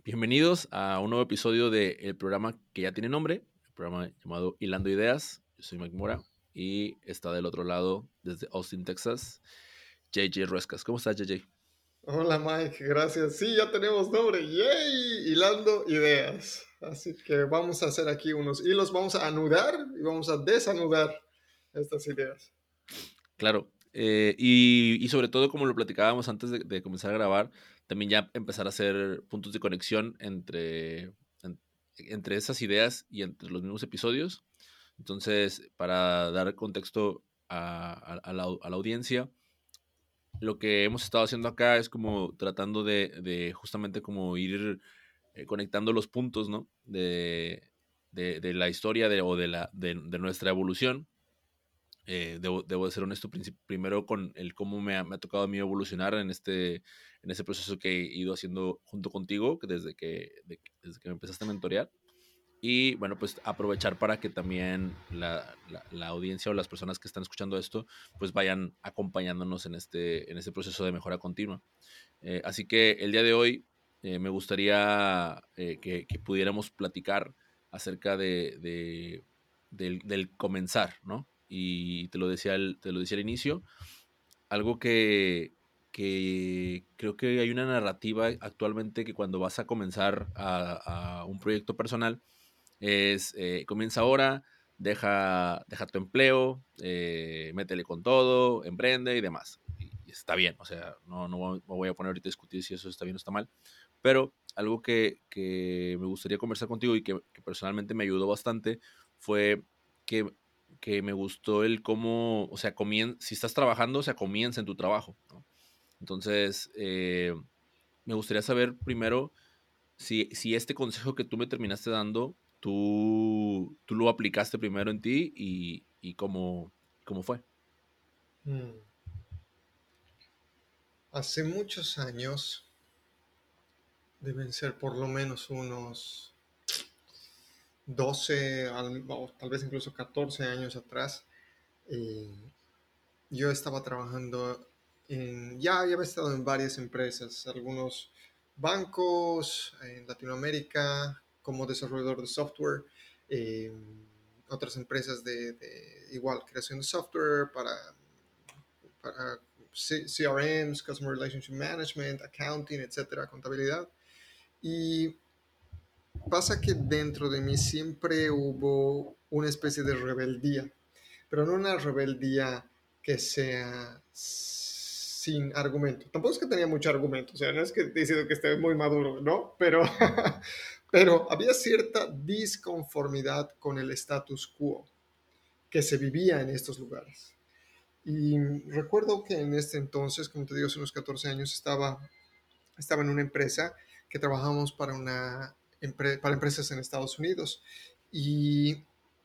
Bienvenidos a un nuevo episodio del programa que ya tiene nombre, el programa llamado Hilando Ideas. Yo soy Mike Mora y está del otro lado, desde Austin, Texas, JJ Ruescas. ¿Cómo estás, JJ? Hola Mike, gracias. Sí, ya tenemos nombre. ¡Yay! Hilando ideas. Así que vamos a hacer aquí unos hilos, vamos a anudar y vamos a desanudar estas ideas. Claro, y sobre todo, como lo platicábamos antes de comenzar a grabar, también ya empezar a hacer puntos de conexión entre esas ideas y entre los mismos episodios. Entonces, para dar contexto a la audiencia, lo que hemos estado haciendo acá es como tratando de justamente como ir conectando los puntos, ¿no? De la historia de nuestra evolución. Debo de ser honesto primero con el cómo me ha tocado a mí evolucionar en este proceso que he ido haciendo junto contigo desde que me empezaste a mentorear. Y bueno, pues aprovechar para que también la audiencia o las personas que están escuchando esto, pues vayan acompañándonos en este proceso de mejora continua. Así que el día de hoy me gustaría que pudiéramos platicar acerca del comenzar, ¿no? Y te lo decía al inicio, algo que creo que hay una narrativa actualmente que cuando vas a comenzar a un proyecto personal, es comienza ahora, deja tu empleo, métele con todo, emprende y demás. Y está bien, o sea, no voy a poner ahorita a discutir si eso está bien o está mal, pero algo que me gustaría conversar contigo y que personalmente me ayudó bastante fue que, que me gustó el cómo, o sea, si estás trabajando, o sea, comienza en tu trabajo, ¿no? Entonces, me gustaría saber primero si este consejo que tú me terminaste dando, tú lo aplicaste primero en ti y cómo fue. Hmm. Hace muchos años, deben ser por lo menos unos 12, o tal vez incluso 14 años atrás, eh, yo estaba trabajando ya había estado en varias empresas, algunos bancos en Latinoamérica como desarrollador de software, eh, otras empresas de igual creación de software para CRMs, Customer Relationship Management, accounting, etcétera, contabilidad. Y pasa que dentro de mí siempre hubo una especie de rebeldía, pero no una rebeldía que sea sin argumento. Tampoco es que tenía mucho argumento, o sea, no es que diciendo que esté muy maduro, ¿no? Pero había cierta disconformidad con el status quo que se vivía en estos lugares. Y recuerdo que en este entonces, como te digo, hace unos 14 años, estaba en una empresa que trabajábamos para empresas en Estados Unidos. Y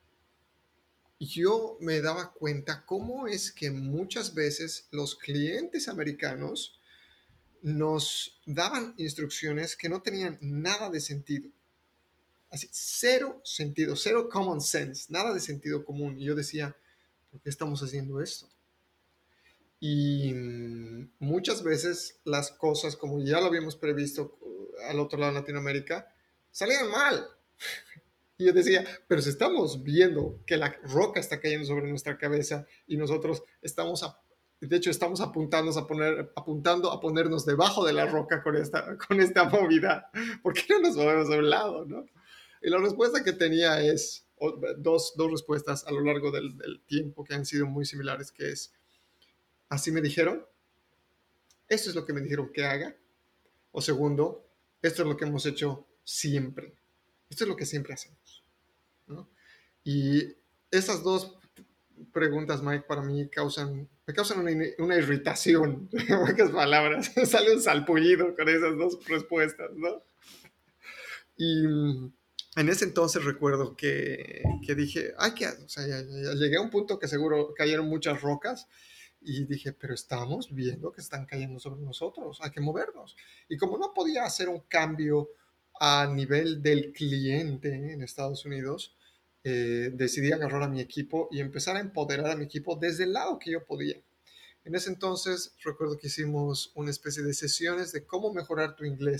yo me daba cuenta cómo es que muchas veces los clientes americanos nos daban instrucciones que no tenían nada de sentido. Así, cero sentido, cero common sense, nada de sentido común. Y yo decía, ¿por qué estamos haciendo esto? Y muchas veces las cosas, como ya lo habíamos previsto al otro lado de Latinoamérica, salían mal. Y yo decía, pero si estamos viendo que la roca está cayendo sobre nuestra cabeza y nosotros de hecho, estamos apuntando a ponernos debajo de la roca con esta movida. ¿Por qué no nos movemos a un lado, no? Y la respuesta que tenía es dos respuestas a lo largo del tiempo que han sido muy similares, que es, así me dijeron, esto es lo que me dijeron que haga, o segundo, esto es lo que hemos hecho siempre, esto es lo que siempre hacemos, ¿no? Y esas dos preguntas, Mike, para mí me causan una irritación, en pocas palabras. Sale un salpullido con esas dos respuestas, ¿no? Y en ese entonces recuerdo que dije, o sea, ya llegué a un punto que seguro cayeron muchas rocas y dije, pero estamos viendo que están cayendo sobre nosotros, hay que movernos. Y como no podía hacer un cambio a nivel del cliente en Estados Unidos, decidí agarrar a mi equipo y empezar a empoderar a mi equipo desde el lado que yo podía. En ese entonces recuerdo que hicimos una especie de sesiones de cómo mejorar tu inglés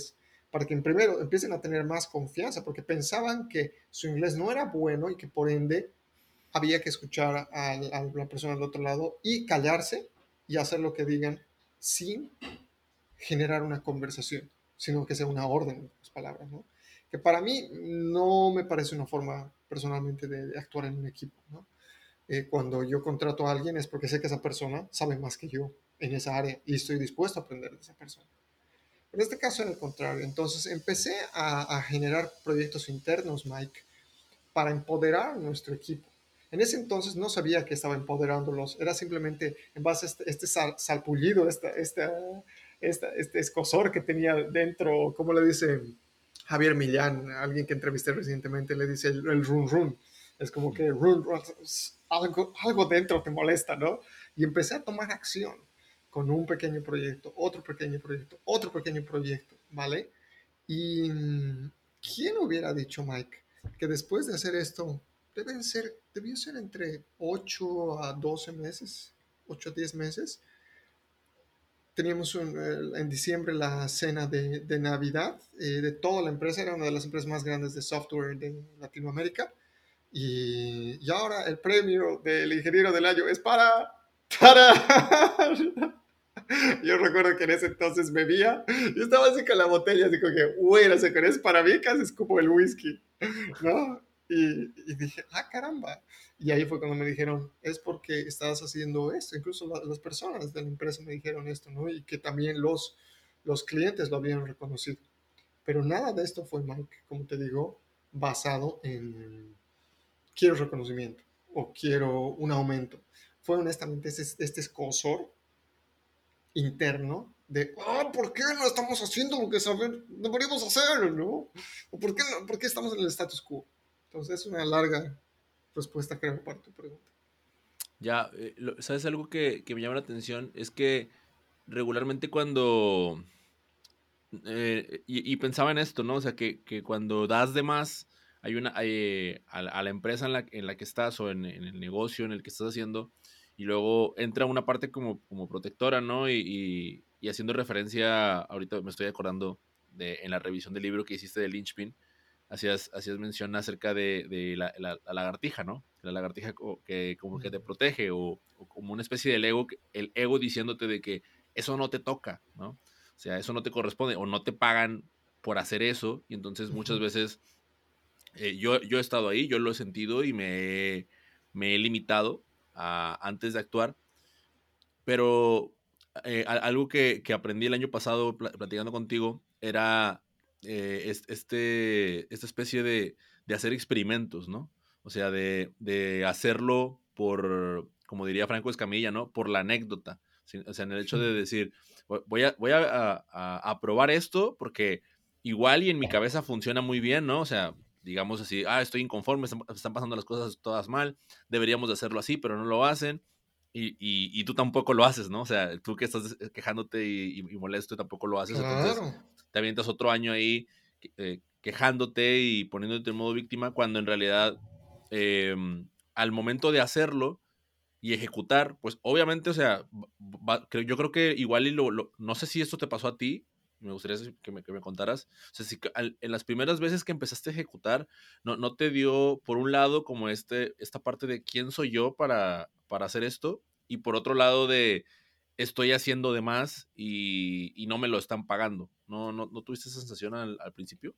para que primero empiecen a tener más confianza, porque pensaban que su inglés no era bueno y que por ende había que escuchar a la persona del otro lado y callarse y hacer lo que digan sin generar una conversación, sino que sea una orden de las palabras, ¿no? Que para mí no me parece una forma personalmente de actuar en un equipo, ¿no? Cuando yo contrato a alguien es porque sé que esa persona sabe más que yo en esa área y estoy dispuesto a aprender de esa persona. En este caso era el contrario. Entonces empecé a generar proyectos internos, Mike, para empoderar a nuestro equipo. En ese entonces no sabía que estaba empoderándolos, era simplemente en base a este salpullido, este escosor que tenía dentro, como le dice Javier Millán, alguien que entrevisté recientemente, le dice el run run. Es como que run, run, algo dentro te molesta, ¿no? Y empecé a tomar acción con un pequeño proyecto, otro pequeño proyecto, otro pequeño proyecto, ¿vale? Y ¿quién hubiera dicho, Mike, que después de hacer esto debió ser entre 8 a 12 meses, 8 a 10 meses? Teníamos en diciembre la cena de Navidad de toda la empresa, era una de las empresas más grandes de software de Latinoamérica. Y ahora el premio del ingeniero del año es para Yo recuerdo que en ese entonces bebía y estaba así con la botella, así como que, güey, no sé, con es para mí casi es como el whisky, ¿no? Y dije, ah, caramba. Y ahí fue cuando me dijeron, es porque estabas haciendo esto. Incluso las personas de la empresa me dijeron esto, ¿no? Y que también los clientes lo habían reconocido. Pero nada de esto fue, Mike, como te digo, basado en quiero reconocimiento o quiero un aumento. Fue honestamente este escosor interno de, ¿por qué no estamos haciendo lo que deberíamos hacer, ¿no? ¿O por qué, no, por qué estamos en el status quo? Entonces es una larga respuesta, creo, para tu pregunta. Ya, ¿sabes algo que me llama la atención? Es que regularmente cuando... y pensaba en esto, ¿no? O sea, que cuando das de más, a la empresa en la que estás o en el negocio en el que estás haciendo, y luego entra una parte como protectora, ¿no? Y haciendo referencia, ahorita me estoy acordando en la revisión del libro que hiciste de Lynchpin, hacías mención acerca de la lagartija, ¿no? La lagartija que como que te protege o como una especie del ego, el ego diciéndote de que eso no te toca, ¿no? O sea, eso no te corresponde o no te pagan por hacer eso. Y entonces muchas veces yo he estado ahí, yo lo he sentido y me he limitado antes de actuar. Pero algo que aprendí el año pasado platicando contigo era esta especie de hacer experimentos, ¿no? O sea, de hacerlo por, como diría Franco Escamilla, ¿no? Por la anécdota. ¿Sí? O sea, en el hecho de decir, voy a probar esto porque igual y en mi cabeza funciona muy bien, ¿no? O sea, digamos así, estoy inconforme, están pasando las cosas todas mal, deberíamos de hacerlo así, pero no lo hacen. Y tú tampoco lo haces, ¿no? O sea, tú que estás quejándote y molesto tampoco lo haces, entonces Claro. te avientas otro año ahí quejándote y poniéndote en modo víctima, cuando en realidad al momento de hacerlo y ejecutar, pues obviamente, o sea, yo creo que igual no sé si esto te pasó a ti, me gustaría que me contaras, o sea, si en las primeras veces que empezaste a ejecutar, no te dio, por un lado, como esta parte de quién soy yo para hacer esto, y por otro lado de estoy haciendo de más y no me lo están pagando. ¿No tuviste esa sensación al principio?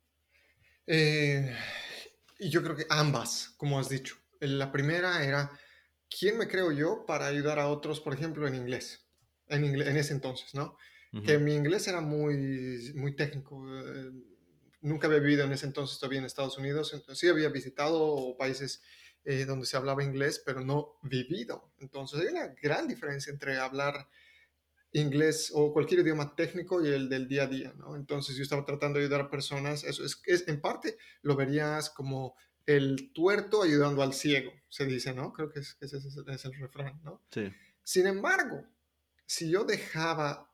Eh, y yo creo que ambas, como has dicho. La primera era, ¿quién me creo yo para ayudar a otros, por ejemplo, en inglés? En ese entonces, ¿no? Que Ujú. mi inglés era muy técnico. Nunca había vivido en ese entonces todavía en Estados Unidos. Entonces, sí había visitado países donde se hablaba inglés, pero no vivido. Entonces hay una gran diferencia entre hablar inglés o cualquier idioma técnico y el del día a día, ¿no? Entonces yo estaba tratando de ayudar a personas, eso es en parte lo verías como el tuerto ayudando al ciego, se dice, ¿no? Creo que ese es el refrán, ¿no? Sí. Sin embargo, si yo dejaba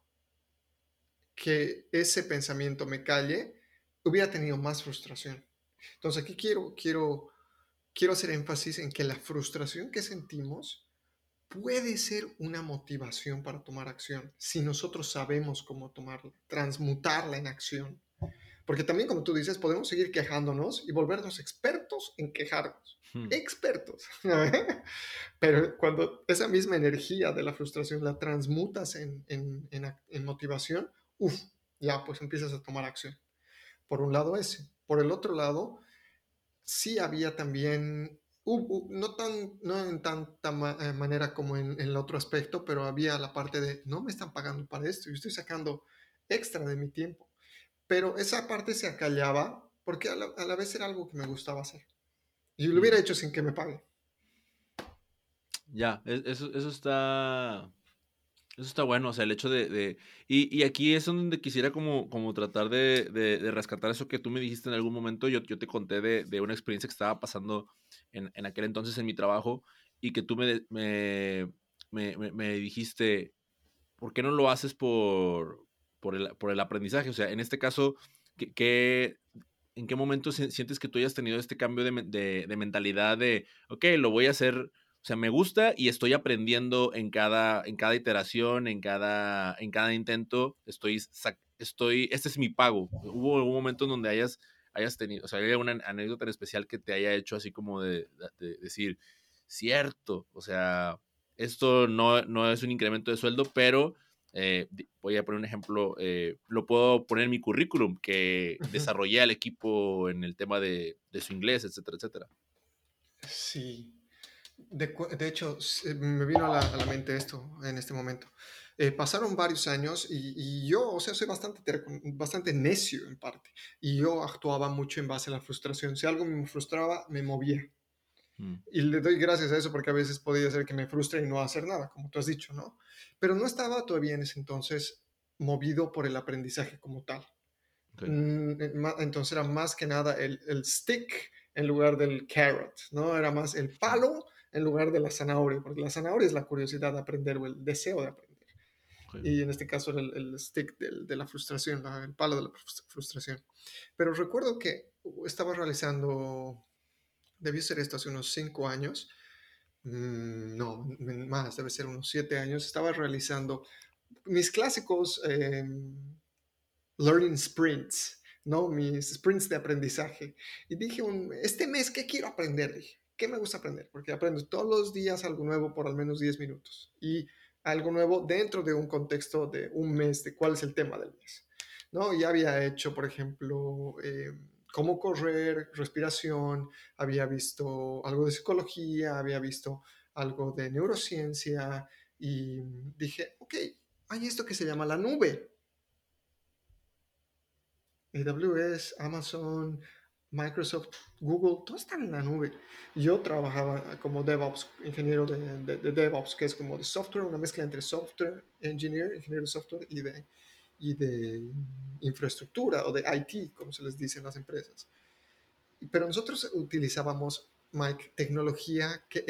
que ese pensamiento me calle, hubiera tenido más frustración. Entonces aquí quiero hacer énfasis en que la frustración que sentimos puede ser una motivación para tomar acción si nosotros sabemos cómo tomarla, transmutarla en acción. Porque también, como tú dices, podemos seguir quejándonos y volvernos expertos en quejarnos. Hmm. Expertos. Pero cuando esa misma energía de la frustración la transmutas en motivación, uff, ya pues empiezas a tomar acción. Por un lado ese. Por el otro lado, sí había también, no en tanta manera como en el otro aspecto, pero había la parte de, no me están pagando para esto, yo estoy sacando extra de mi tiempo. Pero esa parte se acallaba porque a la vez era algo que me gustaba hacer. Y lo hubiera Hmm. hecho sin que me paguen. Ya, eso está... Eso está bueno, o sea, el hecho y aquí es donde quisiera como tratar de rescatar eso que tú me dijiste en algún momento. Yo te conté de una experiencia que estaba pasando en aquel entonces en mi trabajo y que tú me dijiste, ¿por qué no lo haces por el aprendizaje? O sea, en este caso, ¿en qué momento sientes que tú hayas tenido este cambio de mentalidad de, ok, lo voy a hacer, o sea, me gusta y estoy aprendiendo en cada iteración, en cada intento, este es mi pago. ¿Hubo algún momento en donde hayas tenido, o sea, hay alguna anécdota en especial que te haya hecho así como de decir, cierto, o sea, esto no es un incremento de sueldo, pero voy a poner un ejemplo, lo puedo poner en mi currículum, que desarrollé al equipo en el tema de su inglés, etcétera, etcétera. Sí. De hecho, me vino a la mente esto en este momento. Pasaron varios años y yo, o sea, soy bastante terco, bastante necio en parte. Y yo actuaba mucho en base a la frustración. Si algo me frustraba, me movía. Mm, Y le doy gracias a eso porque a veces podía ser que me frustre y no hacer nada, como tú has dicho, ¿no? Pero no estaba todavía en ese entonces movido por el aprendizaje como tal. okay. Entonces era más que nada el stick en lugar del carrot, ¿no? Era más el Mm, palo en lugar de la zanahoria, porque la zanahoria es la curiosidad de aprender o el deseo de aprender. okay. Y en este caso era el stick de la frustración, el palo de la frustración. Pero recuerdo que estaba realizando, debió ser esto hace unos 5 años, no, más, debe ser unos 7 años, estaba realizando mis clásicos learning sprints, ¿no? Mis sprints de aprendizaje. Y dije, este mes, ¿qué quiero aprender? Dije, ¿qué me gusta aprender? Porque aprendo todos los días algo nuevo por al menos 10 minutos. Y algo nuevo dentro de un contexto de un mes, de cuál es el tema del mes. ¿No? Ya había hecho, por ejemplo, cómo correr, respiración, había visto algo de psicología, había visto algo de neurociencia y dije, ok, hay esto que se llama la nube. AWS, Amazon, Microsoft, Google, todo está en la nube. Yo trabajaba como DevOps, ingeniero de DevOps, que es como de software, una mezcla entre software engineer, ingeniero de software y de infraestructura o de IT, como se les dice en las empresas. Pero nosotros utilizábamos, Mike, tecnología que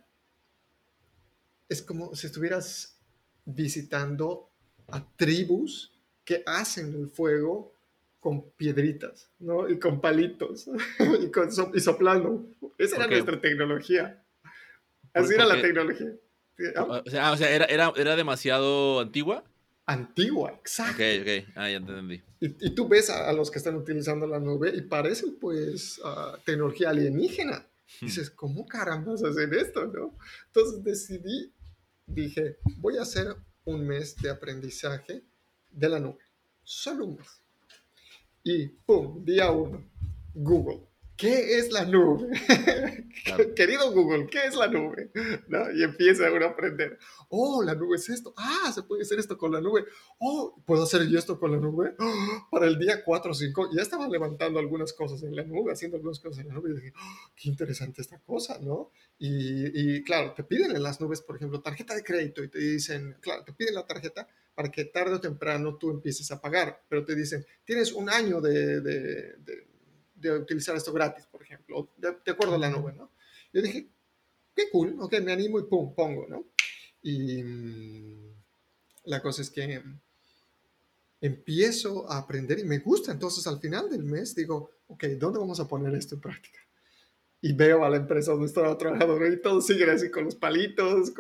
es como si estuvieras visitando a tribus que hacen el fuego con piedritas, ¿no? Y con palitos, y soplando. Esa era ¿Por qué? nuestra tecnología. Así era Por la qué? tecnología. ¿Ah? O sea, era demasiado antigua. Antigua, Ok, exacto. ok, ya te entendí. Y tú ves a los que están utilizando la nube y parecen pues tecnología alienígena. Hmm, Dices, ¿cómo carambas hacen esto, no? Entonces dije, voy a hacer un mes de aprendizaje de la nube. Solo un mes. Y ¡pum! Día uno. Google. ¿Qué es la nube? claro. Querido Google, ¿qué es la nube? ¿No? Y empieza uno a aprender. Oh, la nube es esto. Ah, se puede hacer esto con la nube. Oh, ¿puedo hacer yo esto con la nube? Oh, para el día 4 o 5 ya estaba levantando algunas cosas en la nube, haciendo algunas cosas en la nube. Y dije, oh, qué interesante esta cosa, ¿no? Y claro, te piden en las nubes, por ejemplo, tarjeta de crédito y te dicen, claro, te piden la tarjeta para que tarde o temprano tú empieces a pagar, pero te dicen, tienes un año de utilizar esto gratis, por ejemplo, de acuerdo a la nube, ¿no? Yo dije, qué cool, ok, me animo y pum, pongo, ¿no? Y la cosa es que empiezo a aprender y me gusta, entonces al final del mes digo, ok, ¿dónde vamos a poner esto en práctica? Y veo a la empresa donde estaba trabajando y todos siguen así con los palitos,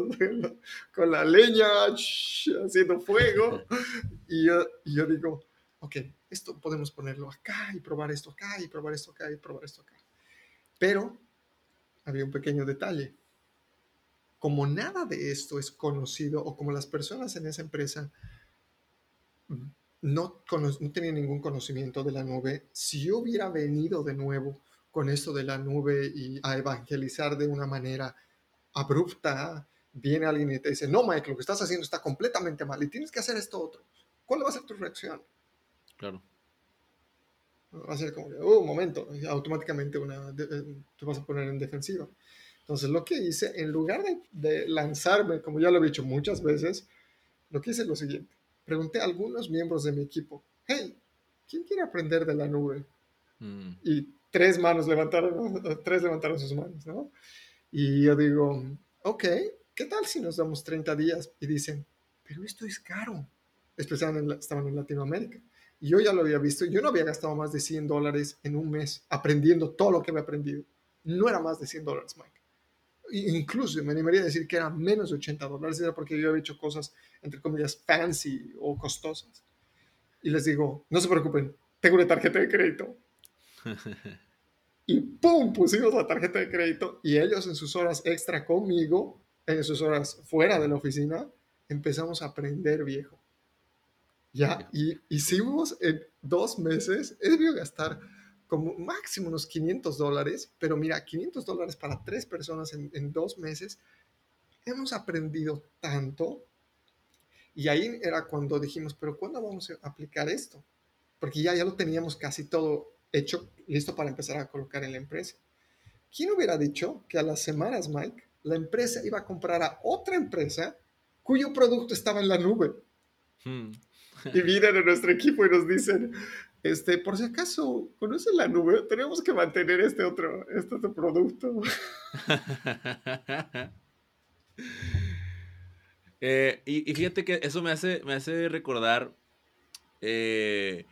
con la leña, haciendo fuego. Y yo digo, ok, esto podemos ponerlo acá y probar esto acá y probar esto acá y probar esto acá. Pero había un pequeño detalle. Como nada de esto es conocido o como las personas en esa empresa no tenían ningún conocimiento de la nube, si yo hubiera venido de nuevo con esto de la nube y a evangelizar de una manera abrupta, viene alguien y te dice, no, Mike, lo que estás haciendo está completamente mal y tienes que hacer esto otro. ¿Cuál va a ser tu reacción? Claro. Va a ser como, un momento, y automáticamente te vas a poner en defensiva. Entonces lo que hice, en lugar de lanzarme, como ya lo he dicho muchas veces, lo que hice es lo siguiente. Pregunté a algunos miembros de mi equipo, hey, ¿quién quiere aprender de la nube? Mm. Y tres levantaron sus manos, ¿no? Y yo digo, ok, ¿qué tal si nos damos 30 días? Y dicen, pero esto es caro. Especialmente estaban en Latinoamérica. Y yo ya lo había visto. Yo no había gastado más de $100 en un mes aprendiendo todo lo que había aprendido. No era más de $100, Mike. Incluso me animaría a decir que era menos de $80. Era porque yo había hecho cosas, entre comillas, fancy o costosas. Y les digo, no se preocupen, tengo una tarjeta de crédito. Y ¡pum! Pusimos la tarjeta de crédito y ellos en sus horas extra conmigo, en sus horas fuera de la oficina, empezamos a aprender, viejo. Ya, Ya. y hicimos en 2 meses, he debido gastar como máximo unos $500, pero mira, $500 para 3 personas en 2 meses, hemos aprendido tanto. Y ahí era cuando dijimos, pero ¿cuándo vamos a aplicar esto? Porque ya lo teníamos casi todo hecho, listo para empezar a colocar en la empresa. ¿Quién hubiera dicho que a las semanas, Mike, la empresa iba a comprar a otra empresa cuyo producto estaba en la nube? Mm. Y vienen a nuestro equipo y nos dicen, por si acaso, ¿conocen la nube? Tenemos que mantener este otro producto. Y fíjate que eso me hace recordar eh,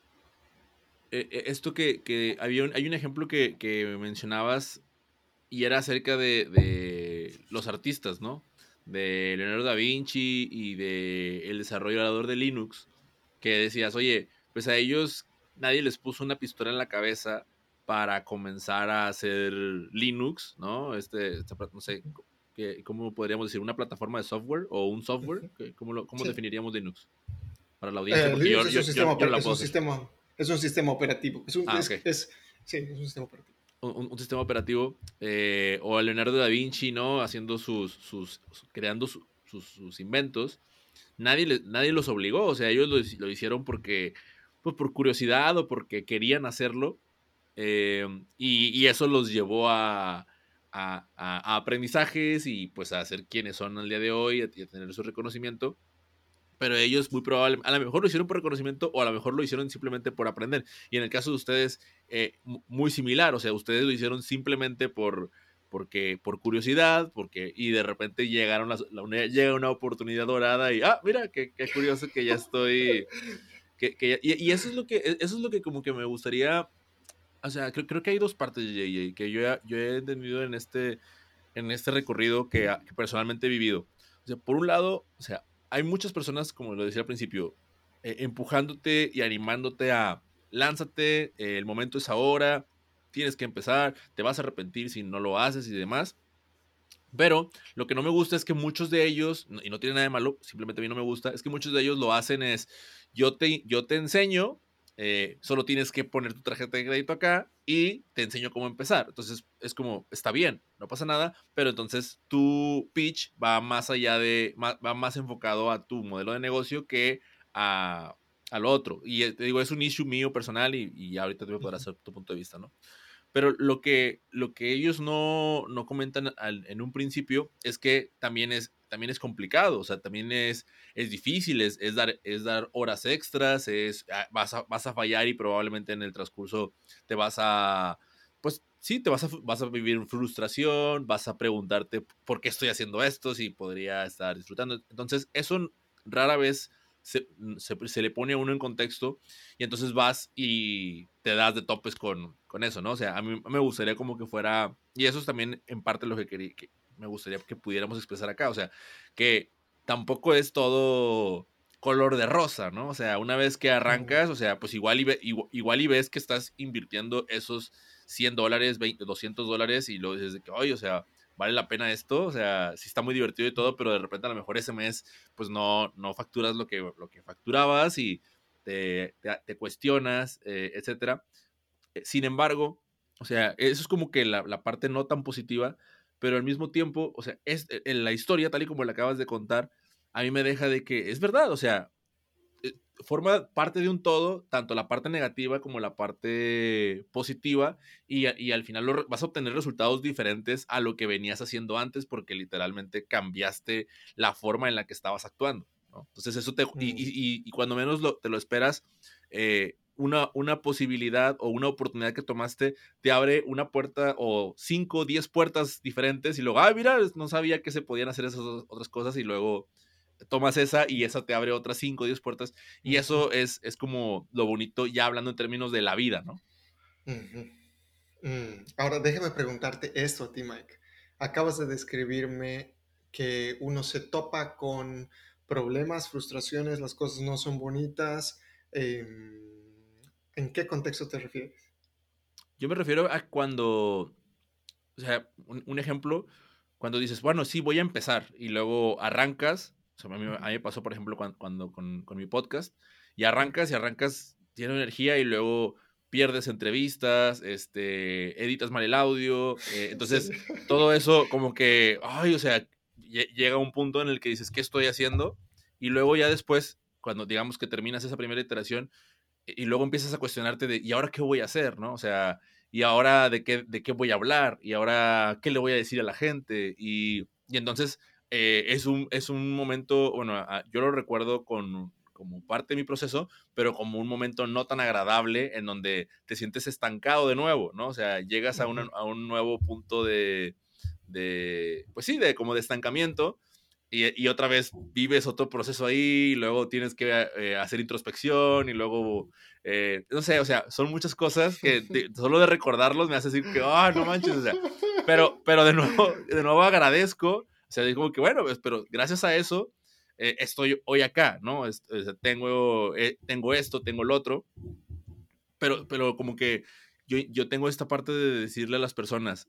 esto que hay un ejemplo que mencionabas y era acerca de los artistas, ¿no? De Leonardo da Vinci y de el desarrollador de Linux, que decías, oye, pues a ellos nadie les puso una pistola en la cabeza para comenzar a hacer Linux, ¿no? No sé, ¿cómo podríamos decir? ¿Una plataforma de software o un software? ¿Cómo Sí. definiríamos Linux para la audiencia? Porque Linux yo no la puedo hacer. es un sistema operativo. Ok. Sí, es un sistema operativo. Un sistema operativo, o a Leonardo da Vinci, ¿no? Haciendo creando sus inventos. Nadie los obligó, o sea, ellos lo hicieron porque, pues por curiosidad o porque querían hacerlo, y eso los llevó a aprendizajes y pues a ser quienes son al día de hoy y a tener su reconocimiento. Pero ellos muy probablemente, a lo mejor lo hicieron por reconocimiento o a lo mejor lo hicieron simplemente por aprender. Y en el caso de ustedes, muy similar, o sea, ustedes lo hicieron simplemente por curiosidad, y de repente llega una oportunidad dorada y, mira, qué curioso que ya estoy, y eso es lo que como que me gustaría, o sea, creo que hay dos partes, JJ, que yo he entendido en este recorrido que personalmente he vivido. O sea, por un lado, o sea, hay muchas personas, como lo decía al principio, empujándote y animándote a lánzate, el momento es ahora, tienes que empezar, te vas a arrepentir si no lo haces y demás. Pero lo que no me gusta es que muchos de ellos, y no tiene nada de malo, simplemente a mí no me gusta, es que muchos de ellos lo hacen es, yo te enseño, solo tienes que poner tu tarjeta de crédito acá y te enseño cómo empezar. Entonces es como, está bien, no pasa nada, pero entonces tu pitch va más enfocado a tu modelo de negocio que a lo otro. Y te digo, es un issue mío personal y ahorita te voy a poder hacer tu punto de vista, ¿no? Pero lo que ellos no comentan en un principio es que también es complicado, o sea, también es difícil, es dar horas extras, vas a fallar y probablemente en el transcurso te vas a, pues sí, vas a vivir en frustración, vas a preguntarte por qué estoy haciendo esto, si podría estar disfrutando. Entonces, eso rara vez se le pone a uno en contexto y entonces vas y te das de topes con eso, ¿no? O sea, a mí me gustaría como que fuera, y eso es también en parte lo que me gustaría que pudiéramos expresar acá, o sea, que tampoco es todo color de rosa, ¿no? O sea, una vez que arrancas, o sea, pues igual y ves que estás invirtiendo esos $100, $200 y luego dices de que, oye, o sea, vale la pena esto, o sea, sí está muy divertido y todo, pero de repente a lo mejor ese mes, pues no facturas lo que facturabas y te cuestionas, etcétera. Sin embargo, o sea, eso es como que la parte no tan positiva, pero al mismo tiempo, o sea, en la historia, tal y como la acabas de contar, a mí me deja de que es verdad, o sea, forma parte de un todo, tanto la parte negativa como la parte positiva, y al final vas a obtener resultados diferentes a lo que venías haciendo antes, porque literalmente cambiaste la forma en la que estabas actuando, ¿no? Entonces, y cuando menos te lo esperas, una posibilidad o una oportunidad que tomaste te abre una puerta o 5 o 10 puertas diferentes y luego, mira, no sabía que se podían hacer esas otras cosas y luego tomas esa y esa te abre otras 5 o 10 puertas y Ujú, eso es como lo bonito ya hablando en términos de la vida, ¿no? ujú. Ahora déjame preguntarte esto a ti, Mike. Acabas de describirme que uno se topa con problemas, frustraciones, las cosas no son bonitas. ¿En qué contexto te refieres? Yo me refiero a cuando, o sea, un ejemplo, cuando dices, bueno, sí, voy a empezar y luego arrancas, o sea, a mí me pasó, por ejemplo, cuando con mi podcast, y arrancas lleno de energía y luego pierdes entrevistas, editas mal el audio, Sí. entonces todo eso como que, ay, o sea, llega un punto en el que dices, ¿qué estoy haciendo? Y luego ya después, cuando digamos que terminas esa primera iteración, y luego empiezas a cuestionarte de, ¿y ahora qué voy a hacer? ¿No? O sea, ¿y ahora de qué voy a hablar? ¿Y ahora qué le voy a decir a la gente? Y entonces es un momento, bueno, yo lo recuerdo como parte de mi proceso, pero como un momento no tan agradable en donde te sientes estancado de nuevo, ¿no? O sea, llegas a, Ujú. a un nuevo punto pues sí, de como de estancamiento y otra vez vives otro proceso ahí, y luego tienes que hacer introspección y luego, no sé, o sea, son muchas cosas que solo de recordarlos me hace decir que, no manches, o sea, pero de nuevo agradezco, o sea, digo como que bueno, pues, pero gracias a eso estoy hoy acá, ¿no? O sea, tengo esto, tengo el otro, pero como que yo tengo esta parte de decirle a las personas,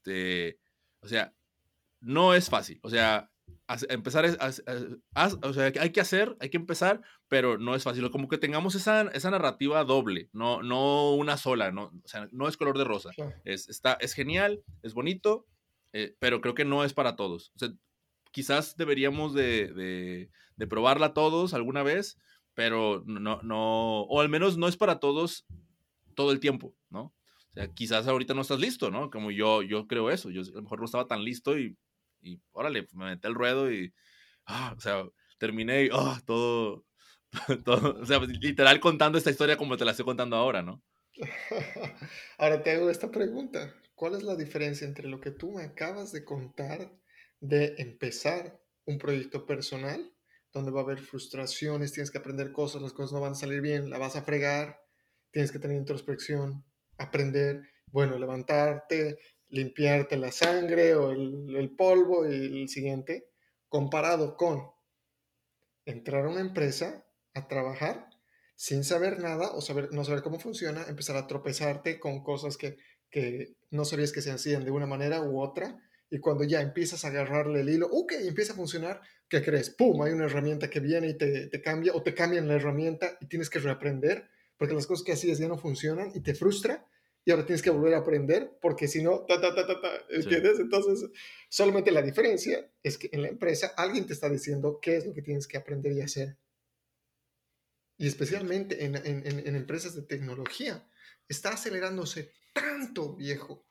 o sea, no es fácil. O sea, empezar o sea, hay que hacer, hay que empezar, pero no es fácil. Como que tengamos esa narrativa doble, no una sola, ¿no? O sea, no es color de rosa. Claro. Es genial, es bonito, pero creo que no es para todos. O sea, quizás deberíamos de probarla todos alguna vez, pero no, o al menos no es para todos todo el tiempo, ¿no? O sea, quizás ahorita no estás listo, ¿no? Como yo creo eso. Yo a lo mejor no estaba tan listo y órale, me metí al ruedo y, o sea, terminé y, todo, todo, o sea, pues, literal contando esta historia como te la estoy contando ahora, ¿no? Ahora te hago esta pregunta. ¿Cuál es la diferencia entre lo que tú me acabas de contar de empezar un proyecto personal, donde va a haber frustraciones, tienes que aprender cosas, las cosas no van a salir bien, la vas a fregar, tienes que tener introspección, aprender, bueno, levantarte, limpiarte la sangre o el polvo y el siguiente, comparado con entrar a una empresa a trabajar sin saber nada o no saber cómo funciona, empezar a tropezarte con cosas que no sabías que se hacían de una manera u otra, y cuando ya empiezas a agarrarle el hilo, ok, empieza a funcionar, ¿qué crees? ¡Pum! Hay una herramienta que viene y te cambia, o te cambian la herramienta y tienes que reaprender porque las cosas que hacías ya no funcionan y te frustra. Y ahora tienes que volver a aprender porque si no, Sí, ¿entiendes? Entonces, solamente la diferencia es que en la empresa alguien te está diciendo qué es lo que tienes que aprender y hacer. Y sí, especialmente en empresas de tecnología, está acelerándose tanto, viejo,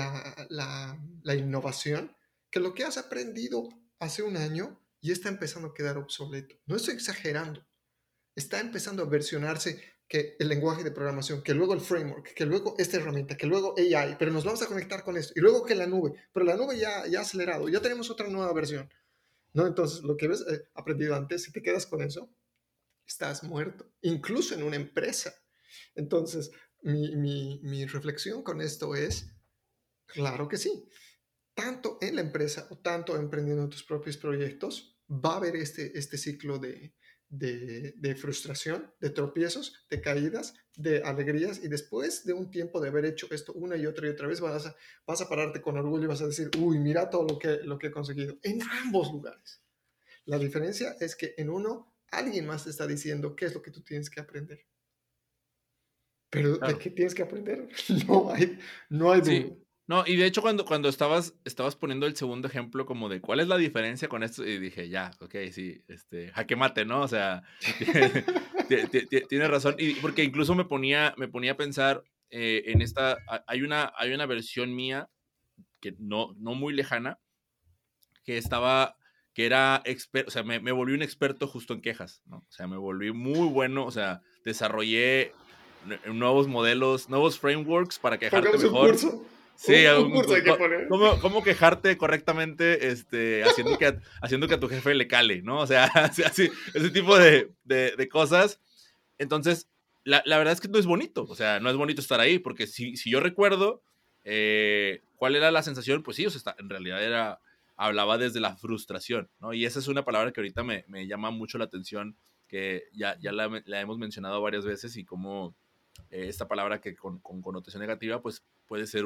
la innovación, que lo que has aprendido hace un año ya está empezando a quedar obsoleto. No estoy exagerando. Está empezando a versionarse que el lenguaje de programación, que luego el framework, que luego esta herramienta, que luego AI, pero nos vamos a conectar con esto, y luego que la nube, pero la nube ya ha acelerado, ya tenemos otra nueva versión, ¿no? Entonces, lo que habías aprendido antes, si te quedas con eso, estás muerto, incluso en una empresa. Entonces, mi reflexión con esto es, claro que sí, tanto en la empresa o tanto emprendiendo tus propios proyectos, va a haber este ciclo de frustración, de tropiezos, de caídas, de alegrías, y después de un tiempo de haber hecho esto una y otra vez, vas a pararte con orgullo y vas a decir, uy, mira todo lo que he conseguido, en ambos lugares. La diferencia es que en uno, alguien más te está diciendo qué es lo que tú tienes que aprender. Pero ¿de Claro. qué tienes que aprender? No hay Sí. duda. No, y de hecho cuando estabas poniendo el segundo ejemplo como de cuál es la diferencia con esto, y dije, ya, ok, sí, jaque mate, ¿no? O sea, tienes razón. Y porque incluso me ponía a pensar en hay una versión mía que no muy lejana, que estaba, que era experto, o sea, me volví un experto justo en quejas, ¿no? O sea, me volví muy bueno, o sea, desarrollé nuevos modelos, nuevos frameworks para quejarte Pongamos un mejor. curso. Sí, Un curso hay que poner. cómo quejarte correctamente, haciendo que a tu jefe le cale, ¿no? O sea, así, ese tipo de cosas. Entonces, la verdad es que no es bonito, o sea, no es bonito estar ahí, porque si yo recuerdo cuál era la sensación, pues sí, o sea, en realidad hablaba desde la frustración, ¿no? Y esa es una palabra que ahorita me llama mucho la atención, que ya la hemos mencionado varias veces, y como esta palabra que con connotación negativa, pues puede ser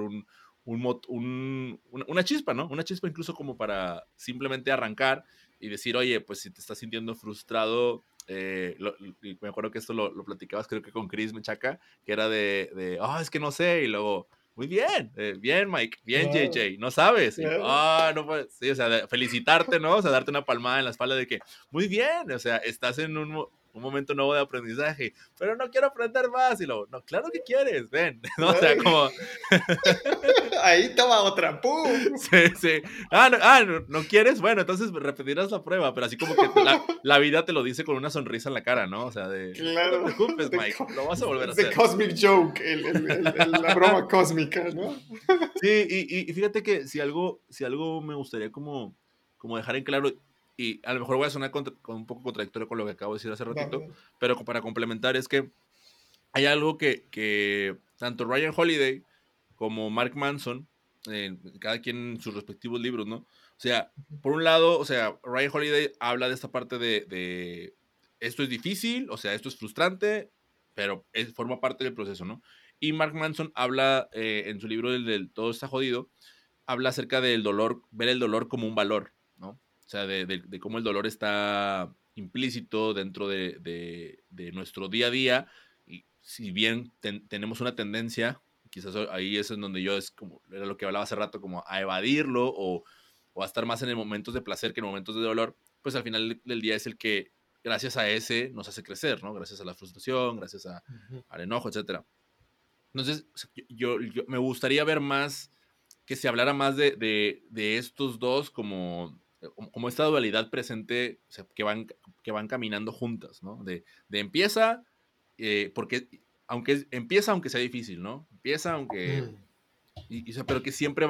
una chispa, ¿no? Una chispa incluso como para simplemente arrancar y decir, oye, pues si te estás sintiendo frustrado, y me acuerdo que esto lo platicabas creo que con Chris Mechaca, que era es que no sé, y luego, muy bien, bien Mike, bien Claro, JJ, no sabes, y yo, claro. no puedes, sí, o sea, felicitarte, ¿no? O sea, darte una palmada en la espalda de que, muy bien, o sea, estás en un momento nuevo de aprendizaje, pero no quiero aprender más, y luego, no, claro que quieres, ven, ¿no? O sea, Claro. como, Ahí toma otra. ¡Pum! sí, sí. ¿No quieres? Bueno, entonces repetirás la prueba, pero así como que la vida te lo dice con una sonrisa en la cara, ¿no? O sea, no te Claro. preocupes, The, Mike, lo vas a volver a the hacer. cosmic joke, la broma cósmica, ¿no? Sí, y fíjate que si algo me gustaría como dejar en claro, y a lo mejor voy a sonar con un poco contradictorio con lo que acabo de decir hace Dale, ratito, dale. pero para complementar es que hay algo que tanto Ryan Holiday como Mark Manson, cada quien en sus respectivos libros, ¿no? O sea, por un lado, o sea, Ryan Holiday habla de esta parte de esto es difícil, o sea, esto es frustrante, pero forma parte del proceso, ¿no? Y Mark Manson habla en su libro del Todo está jodido, habla acerca del dolor, ver el dolor como un valor, ¿no? O sea, de cómo el dolor está implícito dentro de nuestro día a día, y si bien tenemos una tendencia, quizás ahí es en donde yo es como, era lo que hablaba hace rato, como a evadirlo o a estar más en momentos de placer que en momentos de dolor, pues al final del día es el que, gracias a ese, nos hace crecer, ¿no? Gracias a la frustración, gracias al enojo, etcétera. Entonces, yo me gustaría ver más, que se hablara más de estos dos como esta dualidad presente, o sea, que van caminando juntas, ¿no? De empieza, porque empieza aunque sea difícil, ¿no? Empieza aunque, Mm, o sea, pero que siempre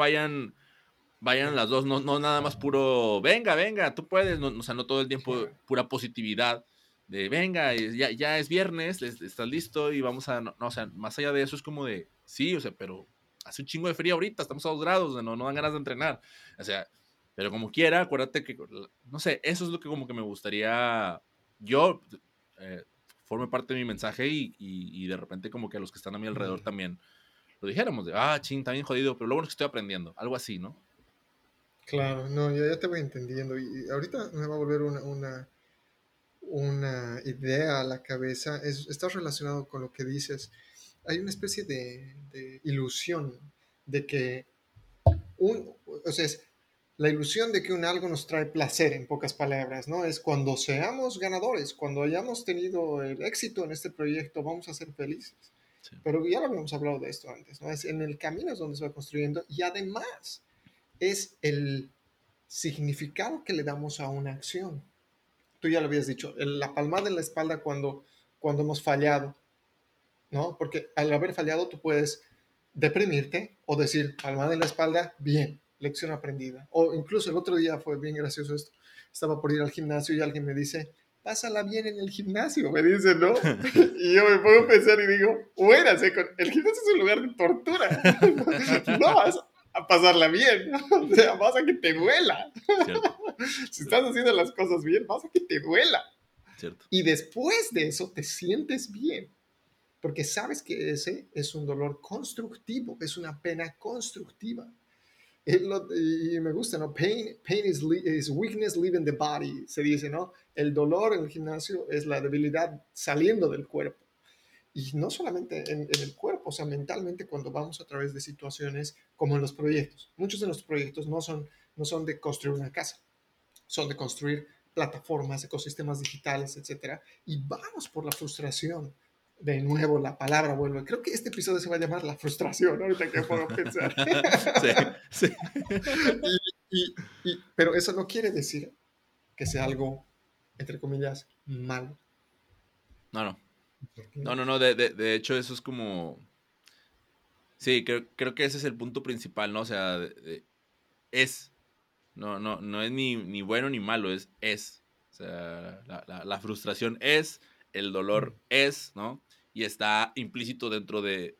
vayan las dos, no nada más puro, venga, venga, tú puedes, no, o sea, no todo el tiempo claro. pura positividad, de venga, ya es viernes, estás listo y vamos o sea, más allá de eso es como de, sí, o sea, pero hace un chingo de frío ahorita, estamos a 2 grados, o sea, no dan ganas de entrenar, o sea, pero como quiera, acuérdate que, no sé, eso es lo que como que me gustaría, yo, eh, forme parte de mi mensaje y de repente como que a los que están a mi alrededor Mm, también lo dijéramos, de, ching, está bien jodido, pero lo bueno es que estoy aprendiendo, algo así, ¿no? claro, no, ya te voy entendiendo. Y ahorita me va a volver una idea a la cabeza. Está relacionado con lo que dices. Hay una especie de ilusión de que o sea, es la ilusión de que un algo nos trae placer, en pocas palabras, ¿no? Es cuando seamos ganadores, cuando hayamos tenido el éxito en este proyecto, vamos a ser felices. Sí. Pero ya lo habíamos hablado de esto antes, ¿no? Es en el camino es donde se va construyendo, y además es el significado que le damos a una acción. Tú ya lo habías dicho, la palmada en la espalda cuando hemos fallado, ¿no? Porque al haber fallado tú puedes deprimirte o decir, palmada en la espalda, bien, lección aprendida. O incluso el otro día fue bien gracioso esto. Estaba por ir al gimnasio y alguien me dice, pásala bien en el gimnasio, me dice, ¿no? Y yo me pongo a pensar y digo, muérase, el gimnasio es un lugar de tortura. No vas a pasarla bien, o sea, vas a que te duela. Cierto. Si estás haciendo las cosas bien, vas a que te duela. cierto. Y después de eso te sientes bien, porque sabes que ese es un dolor constructivo, es una pena constructiva. Y me gusta, ¿no? Pain is weakness leaving the body, se dice, ¿no? El dolor en el gimnasio es la debilidad saliendo del cuerpo. Y no solamente en el cuerpo, o sea, mentalmente cuando vamos a través de situaciones como en los proyectos. Muchos de nuestros proyectos no son de construir una casa, son de construir plataformas, ecosistemas digitales, etcétera. Y vamos por la frustración. De nuevo, la palabra vuelve. Creo que este episodio se va a llamar La frustración, ahorita que puedo pensar. Sí, sí. Pero eso no quiere decir que sea algo, entre comillas, malo. No, no. No, Porque no, no. De hecho, eso es como. Sí, creo que ese es el punto principal, ¿no? O sea, es. No, no, no es ni bueno ni malo, es. O sea, la frustración es, el dolor es, ¿no? Y está implícito dentro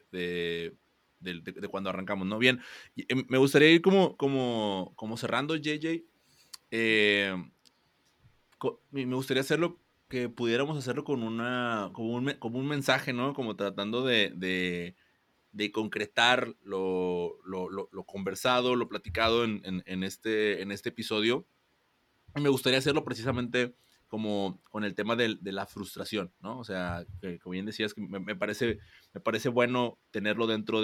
de cuando arrancamos, ¿no? Bien, me gustaría ir como cerrando, JJ. Eh, me gustaría hacerlo, que pudiéramos hacerlo como un mensaje, ¿no? Como tratando de concretar lo conversado, lo platicado en este episodio. Y me gustaría hacerlo precisamente como con el tema de la frustración, ¿no? O sea, que, como bien decías, que me parece bueno tenerlo dentro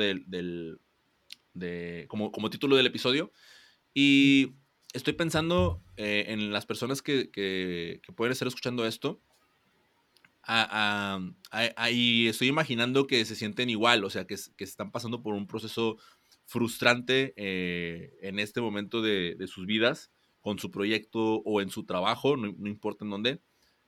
como título del episodio. Y estoy pensando en las personas que pueden estar escuchando esto. Y estoy imaginando que se sienten igual, o sea, que están pasando por un proceso frustrante en este momento de sus vidas, con su proyecto o en su trabajo, no importa en dónde.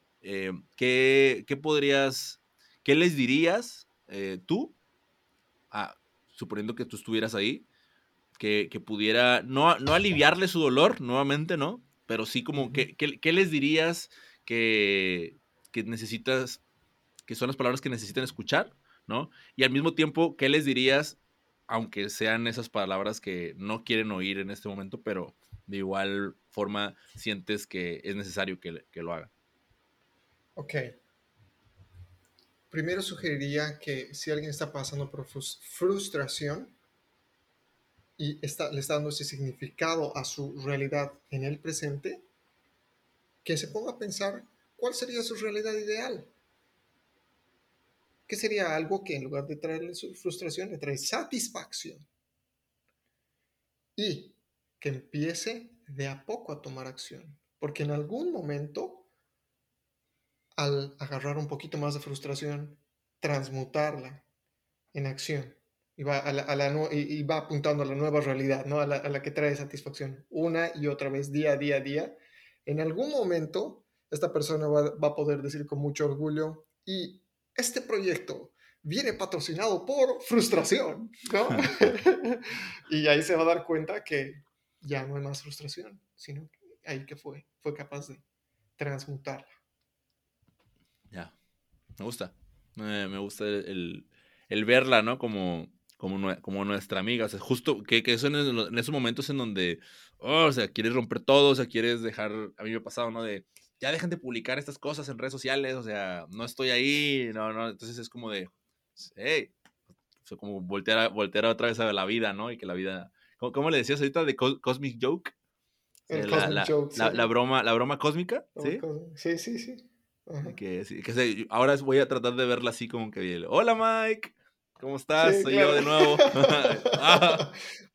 ¿Qué les dirías tú, suponiendo que tú estuvieras ahí, que pudiera no aliviarle su dolor nuevamente, ¿no? Pero sí como, ¿qué les dirías que necesitas, que son las palabras que necesitan escuchar, ¿no? Y al mismo tiempo, ¿qué les dirías, aunque sean esas palabras que no quieren oír en este momento, pero de igual forma sientes que es necesario que lo hagan? Ok. Primero sugeriría que si alguien está pasando por frustración y le está dando ese significado a su realidad en el presente, que se ponga a pensar cuál sería su realidad ideal. ¿Qué sería algo que en lugar de traerle su frustración le trae satisfacción? Y que empiece de a poco a tomar acción. Porque en algún momento, al agarrar un poquito más de frustración, transmutarla en acción y va apuntando a la nueva realidad, ¿no? a la que trae satisfacción, una y otra vez, día a día a día. En algún momento, esta persona va a poder decir con mucho orgullo, y este proyecto viene patrocinado por frustración, ¿no? Y ahí se va a dar cuenta que ya no hay más frustración, sino ahí que fue capaz de transmutarla. Ya, me gusta. Me gusta el verla, ¿no? Como nuestra amiga. O sea, justo que eso en esos momentos en donde, o sea, quieres romper todo, o sea, quieres dejar, a mí me ha pasado, ¿no? Ya dejen de publicar estas cosas en redes sociales, o sea, no estoy ahí, no, no. Entonces es como de, hey, o sea, como voltear otra vez a la vida, ¿no? Y que la vida, ¿cómo le decías ahorita de Cosmic Joke? O El sea, Cosmic Joke, sí. la broma cósmica, ¿sí? Sí, sí, sí. Ajá. Ahora voy a tratar de verla así como que, hola Mike, ¿cómo estás? Sí, Soy yo claro. de nuevo. Ah,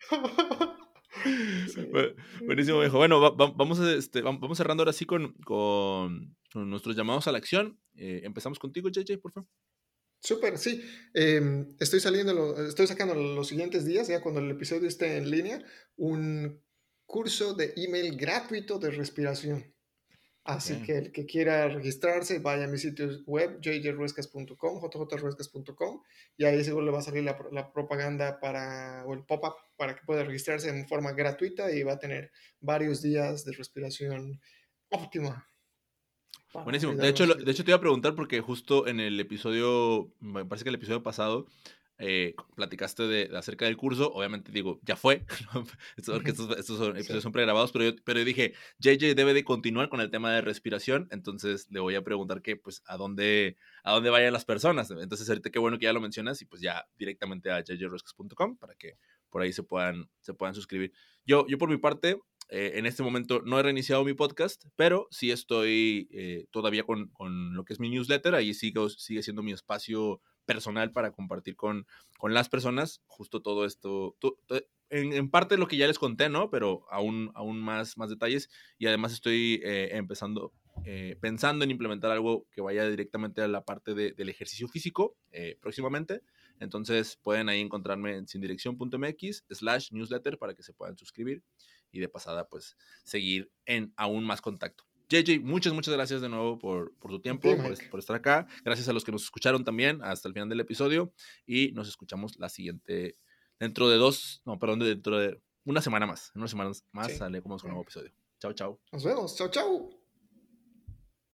Sí. buenísimo, viejo. Bueno, vamos cerrando ahora sí con nuestros llamados a la acción. Empezamos contigo, JJ, por favor. Súper, sí. Estoy sacando los siguientes días, ya cuando el episodio esté en línea, un curso de email gratuito de respiración. Así Ok. que el que quiera registrarse, vaya a mi sitio web, jjruescas.com, jjruescas.com, y ahí seguro le va a salir la propaganda o el pop-up para que pueda registrarse en forma gratuita y va a tener varios días de respiración óptima para Buenísimo. De ayudarlo a hecho, salir de de hecho, ahí. te iba a preguntar porque justo me parece que el episodio pasado platicaste de acerca del curso. Obviamente digo, ya fue, porque estos son episodios son pregrabados, pero yo dije, JJ debe de continuar con el tema de respiración, entonces le voy a preguntar que, pues, a dónde vayan las personas. Entonces, ahorita qué bueno que ya lo mencionas y pues ya directamente a jjroscas.com para que por ahí se puedan suscribir. Yo por mi parte, en este momento no he reiniciado mi podcast, pero sí estoy todavía con lo que es mi newsletter. Ahí sigue siendo mi espacio personal para compartir con las personas justo todo esto, en parte lo que ya les conté, ¿no? Pero aún más detalles, y además estoy pensando en implementar algo que vaya directamente a la parte del ejercicio físico próximamente. Entonces pueden ahí encontrarme en sindirección.mx/newsletter para que se puedan suscribir y de pasada pues seguir en aún más contacto. JJ, muchas gracias de nuevo por tu tiempo, Okay, por estar acá. Gracias a los que nos escucharon también hasta el final del episodio y nos escuchamos la siguiente, dentro de una semana más. En unas semanas más sí. sale como un nuevo episodio. Chao, chao. Nos vemos. Chao, chao.